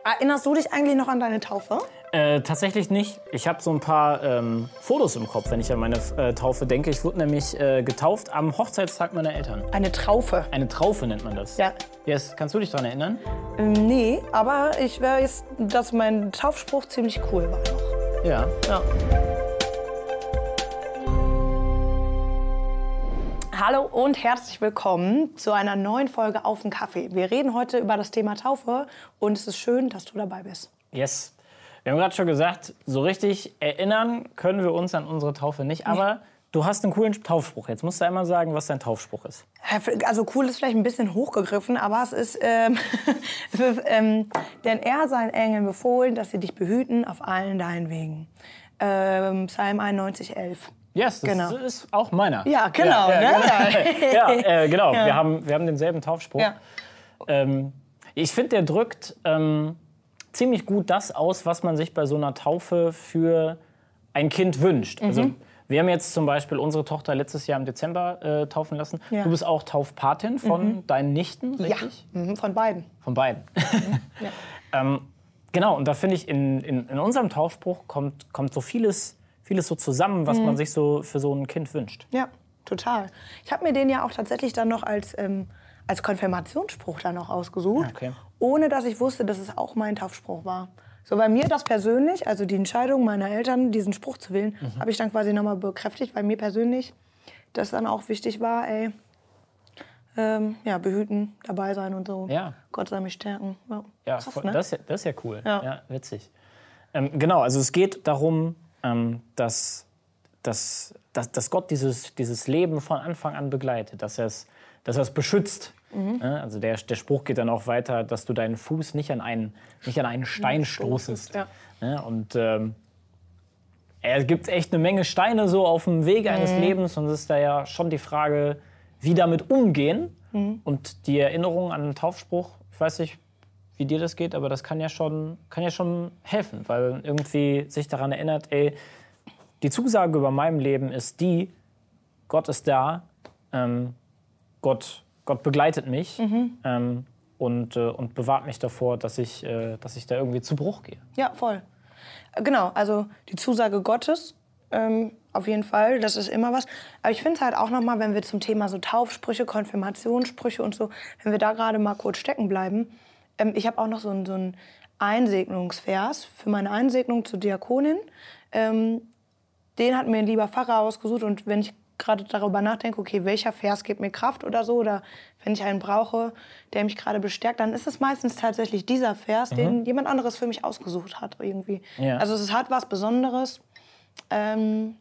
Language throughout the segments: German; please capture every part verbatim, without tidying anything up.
Erinnerst du dich eigentlich noch an deine Taufe? Äh, tatsächlich nicht. Ich habe so ein paar ähm, Fotos im Kopf, wenn ich an meine äh, Taufe denke. Ich wurde nämlich äh, getauft am Hochzeitstag meiner Eltern. Eine Traufe. Eine Traufe nennt man das. Ja. Yes. Kannst du dich daran erinnern? Ähm, nee, aber ich weiß, dass mein Taufspruch ziemlich cool war noch. Ja. Ja. Hallo und herzlich willkommen zu einer neuen Folge Auf den Kaffee. Wir reden heute über das Thema Taufe und es ist schön, dass du dabei bist. Yes. Wir haben gerade schon gesagt, so richtig erinnern können wir uns an unsere Taufe nicht, aber nee. Du hast einen coolen Taufspruch. Jetzt musst du einmal sagen, was dein Taufspruch ist. Also cool ist vielleicht ein bisschen hochgegriffen, aber es ist, ähm, es ist ähm, denn er seinen Engeln befohlen, dass sie dich behüten auf allen deinen Wegen. Ähm, Psalm einundneunzig, elf. Yes, das genau. ist auch meiner. Ja, genau. Ja, ja, ne? ja äh, genau. Ja. Wir, haben, wir haben denselben Taufspruch. Ja. Ähm, ich finde, der drückt ähm, ziemlich gut das aus, was man sich bei so einer Taufe für ein Kind wünscht. Mhm. Also, wir haben jetzt zum Beispiel unsere Tochter letztes Jahr im Dezember äh, taufen lassen. Ja. Du bist auch Taufpatin von mhm. deinen Nichten, richtig? Ja, mhm, von beiden. Von beiden. Mhm. Ja. ähm, genau, und da finde ich, in, in, in unserem Taufspruch kommt, kommt so vieles... vieles so zusammen, was mhm. man sich so für so ein Kind wünscht. Ja, total. Ich habe mir den ja auch tatsächlich dann noch als, ähm, als Konfirmationsspruch dann noch ausgesucht, okay. ohne dass ich wusste, dass es auch mein Taufspruch war. So bei mir das persönlich, also die Entscheidung meiner Eltern, diesen Spruch zu wählen, mhm. habe ich dann quasi nochmal bekräftigt, weil mir persönlich das dann auch wichtig war, ey, ähm, ja, behüten, dabei sein und so. Ja. Gott sei mich stärken. Ja, ja, krass, voll, ne? das, das ist ja cool. Ja, ja witzig. Ähm, genau, also es geht darum, Ähm, dass, dass, dass, dass Gott dieses, dieses Leben von Anfang an begleitet, dass er es dass er es beschützt. Mhm. Ja, also der, der Spruch geht dann auch weiter, dass du deinen Fuß nicht an einen, nicht an einen Stein stoßest. Ja. Ja, und ähm, es gibt echt eine Menge Steine so auf dem Wege eines mhm. Lebens und es ist da ja schon die Frage, wie damit umgehen. Mhm. Und die Erinnerung an den Taufspruch, ich weiß nicht, wie dir das geht, aber das kann ja schon, kann ja schon helfen, weil irgendwie sich daran erinnert, ey, die Zusage über meinem Leben ist die, Gott ist da, ähm, Gott, Gott begleitet mich mhm. ähm, und, äh, und bewahrt mich davor, dass ich, äh, dass ich da irgendwie zu Bruch gehe. Ja, voll. Genau, also die Zusage Gottes, ähm, auf jeden Fall, das ist immer was. Aber ich finde es halt auch nochmal, wenn wir zum Thema so Taufsprüche, Konfirmationssprüche und so, wenn wir da gerade mal kurz stecken bleiben. Ich habe auch noch so einen, so einen Einsegnungsvers für meine Einsegnung zur Diakonin. Ähm, den hat mir ein lieber Pfarrer ausgesucht. Und wenn ich gerade darüber nachdenke, okay, welcher Vers gibt mir Kraft oder so, oder wenn ich einen brauche, der mich gerade bestärkt, dann ist es meistens tatsächlich dieser Vers, mhm. den jemand anderes für mich ausgesucht hat irgendwie. Ja. Also es hat was Besonderes, ähm,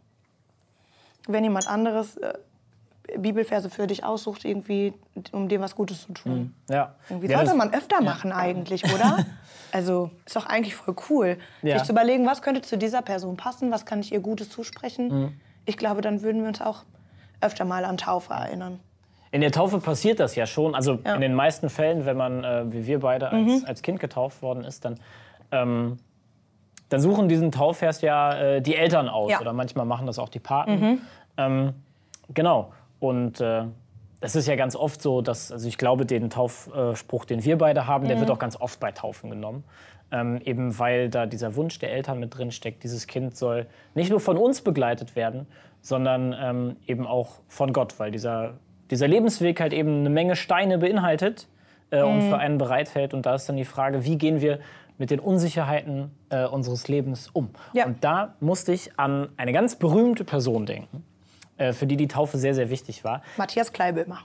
wenn jemand anderes äh, Bibelverse für dich aussucht, irgendwie, um dir was Gutes zu tun. Ja. Irgendwie ja, sollte man öfter machen eigentlich, oder? Also ist doch eigentlich voll cool, ja. sich zu überlegen, was könnte zu dieser Person passen, was kann ich ihr Gutes zusprechen. Mhm. Ich glaube, dann würden wir uns auch öfter mal an Taufe erinnern. In der Taufe passiert das ja schon. Also ja. in den meisten Fällen, wenn man, äh, wie wir beide, als, mhm. als Kind getauft worden ist, dann, ähm, dann suchen diesen Taufvers ja äh, die Eltern aus. Ja. Oder manchmal machen das auch die Paten. Mhm. Ähm, genau. Und äh, es ist ja ganz oft so, dass, also ich glaube, den Taufspruch, den wir beide haben, mhm. der wird auch ganz oft bei Taufen genommen. Ähm, eben weil da dieser Wunsch der Eltern mit drin steckt, dieses Kind soll nicht nur von uns begleitet werden, sondern ähm, eben auch von Gott, weil dieser, dieser Lebensweg halt eben eine Menge Steine beinhaltet äh, mhm. und für einen bereithält. Und da ist dann die Frage, wie gehen wir mit den Unsicherheiten äh, unseres Lebens um? Ja. Und da musste ich an eine ganz berühmte Person denken, für die die Taufe sehr, sehr wichtig war. Matthias Kleibömer.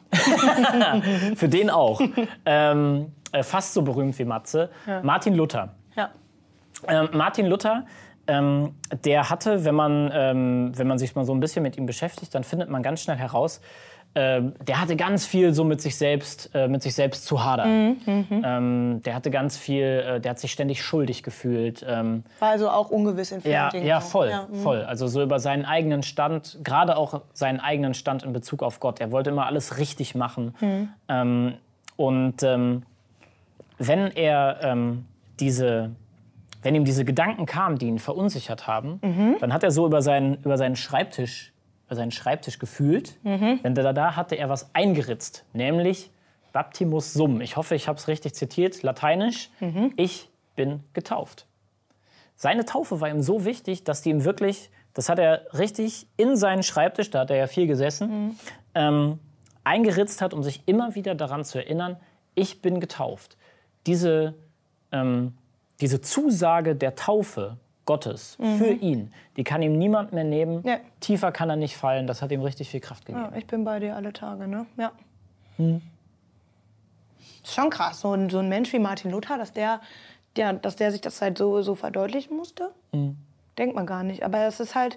Für den auch. ähm, fast so berühmt wie Matze. Ja. Martin Luther. Ja. Ähm, Martin Luther, ähm, der hatte, wenn man, ähm, wenn man sich mal so ein bisschen mit ihm beschäftigt, dann findet man ganz schnell heraus, ähm, der hatte ganz viel so mit sich selbst, äh, mit sich selbst zu hadern. Mhm, ähm, der hatte ganz viel, äh, der hat sich ständig schuldig gefühlt. Ähm, War also auch ungewiss in vielen ja, Dingen. Ja, voll, ja, voll. Also so über seinen eigenen Stand, gerade auch seinen eigenen Stand in Bezug auf Gott. Er wollte immer alles richtig machen. Mhm. Ähm, und ähm, wenn er ähm, diese, wenn ihm diese Gedanken kamen, die ihn verunsichert haben, mhm. dann hat er so über seinen, über seinen Schreibtisch seinen Schreibtisch gefühlt, mhm. denn da, da hatte er was eingeritzt, nämlich Baptimus Sum. Ich hoffe, ich habe es richtig zitiert, lateinisch. Mhm. Ich bin getauft. Seine Taufe war ihm so wichtig, dass die ihm wirklich, das hat er richtig in seinen Schreibtisch, da hat er ja viel gesessen, mhm. ähm, eingeritzt hat, um sich immer wieder daran zu erinnern, ich bin getauft. Diese, ähm, diese Zusage der Taufe Gottes mhm. für ihn, die kann ihm niemand mehr nehmen. Ja. Tiefer kann er nicht fallen. Das hat ihm richtig viel Kraft gegeben. Ja, ich bin bei dir alle Tage, ne? Ja. Hm. Ist schon krass, so ein, so ein Mensch wie Martin Luther, dass der, der, dass der sich das halt so, so verdeutlichen musste. Mhm. Denkt man gar nicht. Aber es ist halt,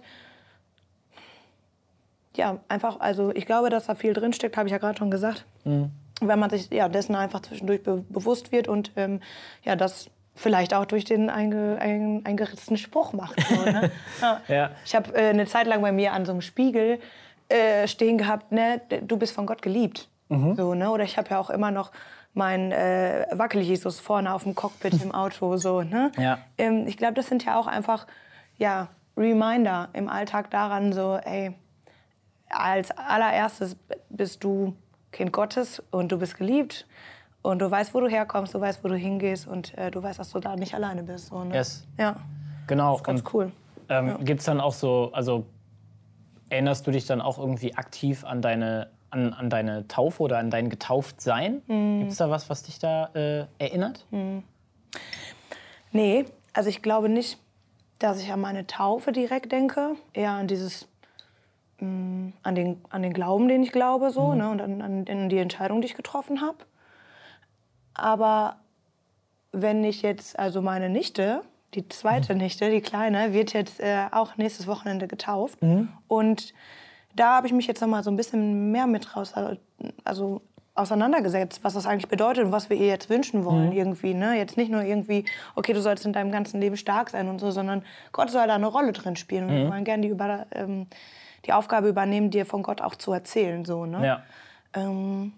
ja, einfach, also ich glaube, dass da viel drinsteckt, habe ich ja gerade schon gesagt. Mhm. Wenn man sich ja, dessen einfach zwischendurch be- bewusst wird und ähm, ja, das vielleicht auch durch den einge, ein, eingeritzten Spruch macht. So, ne? ja. Ja. Ich habe äh, eine Zeit lang bei mir an so einem Spiegel äh, stehen gehabt, ne, du bist von Gott geliebt. Mhm. So, ne? Oder ich habe ja auch immer noch mein äh, Wackel-Jesus vorne auf dem Cockpit im Auto. So, ne? Ja. Ähm, ich glaube, das sind ja auch einfach ja, Reminder im Alltag daran, so, ey, als allererstes bist du Kind Gottes und du bist geliebt. Und du weißt, wo du herkommst, du weißt, wo du hingehst und äh, du weißt, dass du da nicht alleine bist. So, ne? Yes. Ja. Genau. Das ist ganz und, cool. Ähm, ja. Gibt's dann auch so, also erinnerst du dich dann auch irgendwie aktiv an deine, an, an deine Taufe oder an dein Getauftsein? Mhm. Gibt's da was, was dich da äh, erinnert? Mhm. Nee, also ich glaube nicht, dass ich an meine Taufe direkt denke. Eher an dieses, mh, an, den, an den Glauben, den ich glaube, so, mhm. ne? Und an, an die Entscheidung, die ich getroffen habe. Aber wenn ich jetzt, also meine Nichte, die zweite mhm. Nichte, die Kleine, wird jetzt äh, auch nächstes Wochenende getauft. Mhm. Und da habe ich mich jetzt noch mal so ein bisschen mehr mit raus, also auseinandergesetzt, was das eigentlich bedeutet und was wir ihr jetzt wünschen wollen mhm. irgendwie. Ne? Jetzt nicht nur irgendwie, okay, du sollst in deinem ganzen Leben stark sein und so, sondern Gott soll da eine Rolle drin spielen. Und mhm. wir wollen gerne die, über, ähm, die Aufgabe übernehmen, dir von Gott auch zu erzählen. So, ne? Ja. Ähm,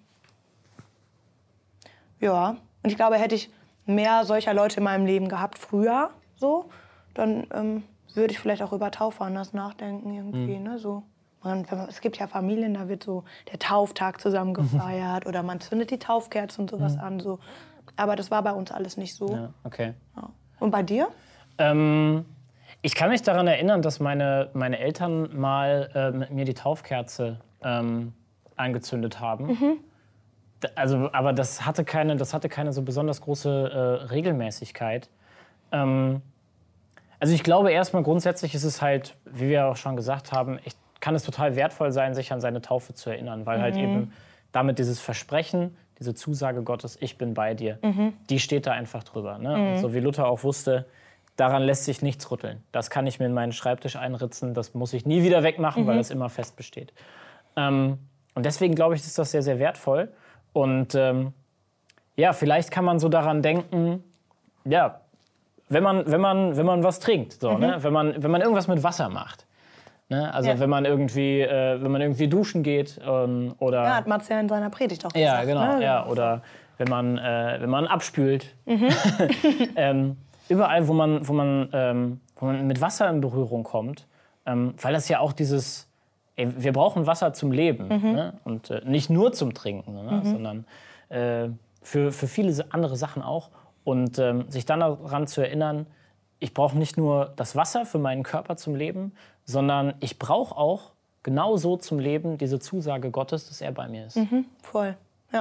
Ja, und ich glaube, hätte ich mehr solcher Leute in meinem Leben gehabt früher, so, dann ähm, würde ich vielleicht auch über Taufe anders nachdenken irgendwie, mhm. ne, so. Man, man, es gibt ja Familien, da wird so der Tauftag zusammen gefeiert mhm. oder man zündet die Taufkerze und sowas mhm. an, so. Aber das war bei uns alles nicht so. Ja, okay. Ja. Und bei dir? Ähm, ich kann mich daran erinnern, dass meine, meine Eltern mal äh, mit mir die Taufkerze ähm, angezündet haben. Mhm. Also, aber das hatte keine, das hatte keine so besonders große äh, Regelmäßigkeit. Ähm, also ich glaube erstmal grundsätzlich ist es halt, wie wir auch schon gesagt haben, ich, kann es total wertvoll sein, sich an seine Taufe zu erinnern, weil mhm. halt eben damit dieses Versprechen, diese Zusage Gottes, ich bin bei dir, mhm. die steht da einfach drüber. Ne? Mhm. Und so wie Luther auch wusste, daran lässt sich nichts rütteln. Das kann ich mir in meinen Schreibtisch einritzen, das muss ich nie wieder wegmachen, mhm. weil das immer fest besteht. Ähm, und deswegen glaube ich, ist das sehr, sehr wertvoll. Und ähm, ja, vielleicht kann man so daran denken, ja, wenn man, wenn man, wenn man was trinkt, so, mhm. ne? wenn, man, wenn man irgendwas mit Wasser macht. Ne? Also ja. wenn man irgendwie, äh, wenn man irgendwie duschen geht ähm, oder ja, hat Mats ja in seiner Predigt auch gesagt. Ja, genau. Ne? Ja, oder wenn man, äh, wenn man abspült. Mhm. ähm, überall, wo man, wo, man, ähm, wo man mit Wasser in Berührung kommt, ähm, weil das ja auch dieses Ey, wir brauchen Wasser zum Leben mhm. ne? und äh, nicht nur zum Trinken, ne? mhm. sondern äh, für, für viele andere Sachen auch. Und ähm, sich dann daran zu erinnern, ich brauche nicht nur das Wasser für meinen Körper zum Leben, sondern ich brauche auch genauso zum Leben diese Zusage Gottes, dass er bei mir ist. Mhm. Voll, ja.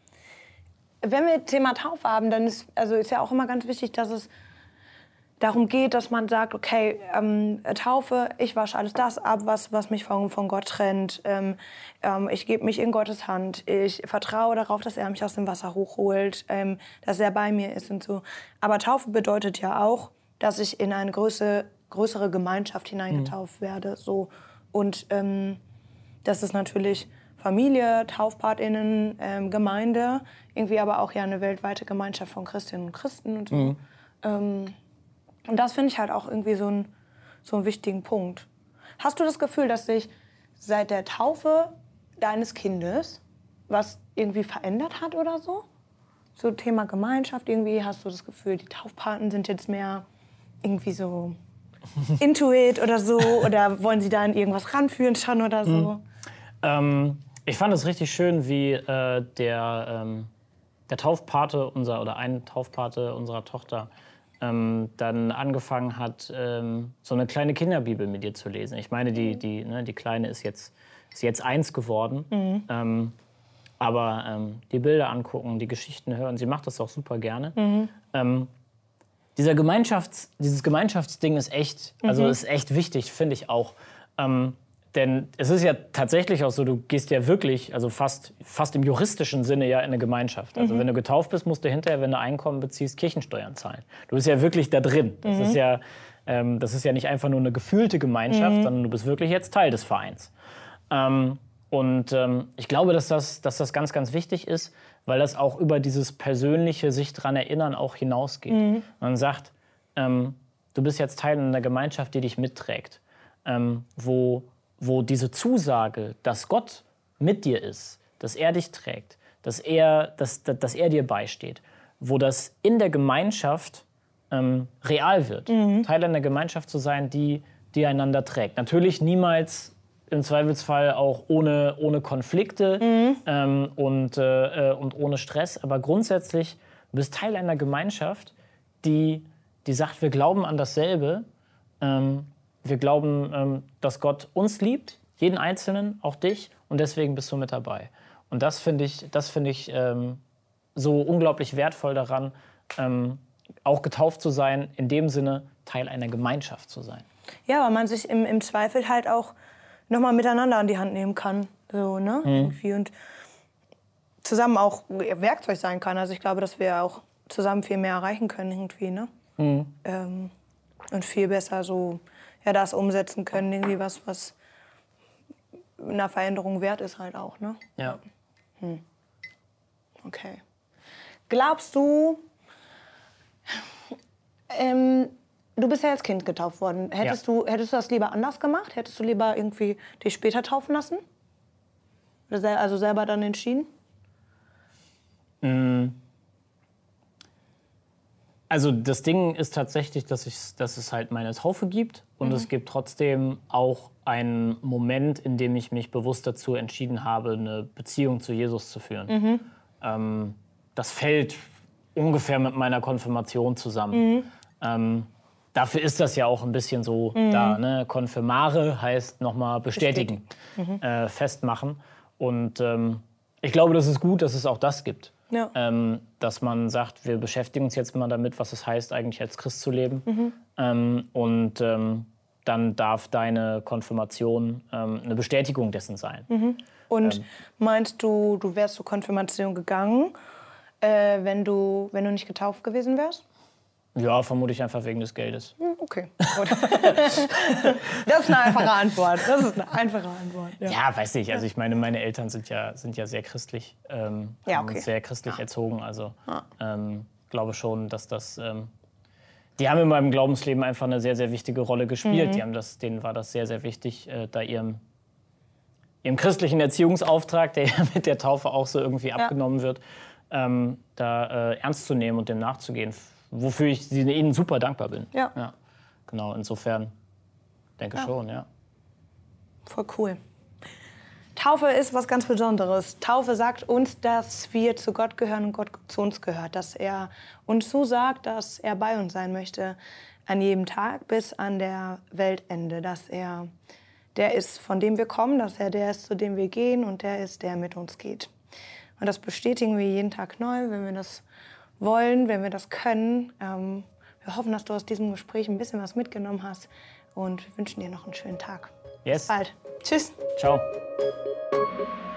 Wenn wir Thema Taufe haben, dann ist, also ist ja auch immer ganz wichtig, dass es darum geht, dass man sagt, okay, ähm, Taufe, ich wasche alles das ab, was, was mich von, von Gott trennt. Ähm, ähm, ich gebe mich in Gottes Hand. Ich vertraue darauf, dass er mich aus dem Wasser hochholt, ähm, dass er bei mir ist und so. Aber Taufe bedeutet ja auch, dass ich in eine größere, größere Gemeinschaft hineingetauft mhm. werde. So. Und ähm, das ist natürlich Familie, TaufpartInnen, ähm, Gemeinde, irgendwie aber auch ja eine weltweite Gemeinschaft von Christinnen und Christen und so. Mhm. Ähm, Und das finde ich halt auch irgendwie so, ein, so einen wichtigen Punkt. Hast du das Gefühl, dass sich seit der Taufe deines Kindes was irgendwie verändert hat oder so? So Thema Gemeinschaft irgendwie, hast du das Gefühl, die Taufpaten sind jetzt mehr irgendwie so into it oder so? Oder wollen sie da in irgendwas ranführen schon oder so? Mhm. Ähm, ich fand es richtig schön, wie äh, der, ähm, der Taufpate unser, oder ein Taufpate unserer Tochter ähm, dann angefangen hat, ähm, so eine kleine Kinderbibel mit ihr zu lesen. Ich meine, die, die, ne, die Kleine ist jetzt, ist jetzt eins geworden. Mhm. Ähm, aber ähm, die Bilder angucken, die Geschichten hören, sie macht das auch super gerne. Mhm. Ähm, dieser Gemeinschafts-, dieses Gemeinschaftsding ist echt, also mhm. ist echt wichtig, finde ich auch. Ähm, denn es ist ja tatsächlich auch so, du gehst ja wirklich, also fast, fast im juristischen Sinne ja in eine Gemeinschaft. Also mhm. wenn du getauft bist, musst du hinterher, wenn du Einkommen beziehst, Kirchensteuern zahlen. Du bist ja wirklich da drin. Das, mhm. ist, ja, ähm, das ist ja nicht einfach nur eine gefühlte Gemeinschaft, mhm. sondern du bist wirklich jetzt Teil des Vereins. Ähm, und ähm, ich glaube, dass das, dass das ganz, ganz wichtig ist, weil das auch über dieses persönliche sich dran erinnern auch hinausgeht. Mhm. Man sagt, ähm, du bist jetzt Teil einer Gemeinschaft, die dich mitträgt, ähm, wo wo diese Zusage, dass Gott mit dir ist, dass er dich trägt, dass er, dass, dass er dir beisteht, wo das in der Gemeinschaft ähm, real wird. Mhm. Teil einer Gemeinschaft zu sein, die, die einander trägt. Natürlich niemals im Zweifelsfall auch ohne, ohne Konflikte mhm. ähm, und, äh, und ohne Stress, aber grundsätzlich du bist Teil einer Gemeinschaft, die, die sagt, wir glauben an dasselbe, ähm, wir glauben, ähm, dass Gott uns liebt, jeden Einzelnen, auch dich, und deswegen bist du mit dabei. Und das finde ich, das find ich ähm, so unglaublich wertvoll daran, ähm, auch getauft zu sein, in dem Sinne Teil einer Gemeinschaft zu sein. Ja, weil man sich im, im Zweifel halt auch nochmal miteinander an die Hand nehmen kann. So, ne? Mhm. Irgendwie. Und zusammen auch Werkzeug sein kann. Also ich glaube, dass wir auch zusammen viel mehr erreichen können irgendwie, ne? Mhm. Ähm, und viel besser so ja, das umsetzen können, irgendwie was, was einer Veränderung wert ist halt auch, ne? Ja. Hm. Okay. Glaubst du, ähm, du bist ja als Kind getauft worden. Hättest, ja. du, hättest du das lieber anders gemacht? Hättest du lieber irgendwie dich später taufen lassen? Also selber dann entschieden? Mhm. Also das Ding ist tatsächlich, dass, ich, dass es halt meine Taufe gibt und mhm. es gibt trotzdem auch einen Moment, in dem ich mich bewusst dazu entschieden habe, eine Beziehung zu Jesus zu führen. Mhm. Ähm, das fällt ungefähr mit meiner Konfirmation zusammen. Mhm. Ähm, dafür ist das ja auch ein bisschen so mhm. da. Ne? Konfirmare heißt nochmal bestätigen, mhm. äh, festmachen. Und ähm, ich glaube, das ist gut, dass es auch das gibt. Ja. Ähm, dass man sagt, wir beschäftigen uns jetzt mal damit, was es heißt, eigentlich als Christ zu leben. Mhm. Ähm, und ähm, dann darf deine Konfirmation ähm, eine Bestätigung dessen sein. Mhm. Und ähm, meinst du, du wärst zur Konfirmation gegangen, äh, wenn du, wenn du nicht getauft gewesen wärst? Ja, vermute ich einfach wegen des Geldes. Okay, gut. Das ist eine einfache Antwort. Das ist eine einfache Antwort. Ja, ja weiß ich. Also ich meine, meine Eltern sind ja, sind ja sehr christlich, ähm, ja, okay. sehr christlich ja. erzogen. Also ja. ähm, glaube schon, dass das... Ähm, die haben in meinem Glaubensleben einfach eine sehr, sehr wichtige Rolle gespielt. Mhm. Die haben das, denen war das sehr, sehr wichtig, äh, da ihrem, ihrem christlichen Erziehungsauftrag, der ja mit der Taufe auch so irgendwie ja. abgenommen wird, ähm, da äh, ernst zu nehmen und dem nachzugehen. Wofür ich ihnen super dankbar bin. Ja. ja. Genau, insofern denke ja. schon, ja. Voll cool. Taufe ist was ganz Besonderes. Taufe sagt uns, dass wir zu Gott gehören und Gott zu uns gehört. Dass er uns zusagt, dass er bei uns sein möchte an jedem Tag bis an der Weltende. Dass er der ist, von dem wir kommen, dass er der ist, zu dem wir gehen und der ist, der mit uns geht. Und das bestätigen wir jeden Tag neu, wenn wir das wollen, wenn wir das können. Ähm, wir hoffen, dass du aus diesem Gespräch ein bisschen was mitgenommen hast und wir wünschen dir noch einen schönen Tag. Yes. Bis bald. Tschüss. Ciao.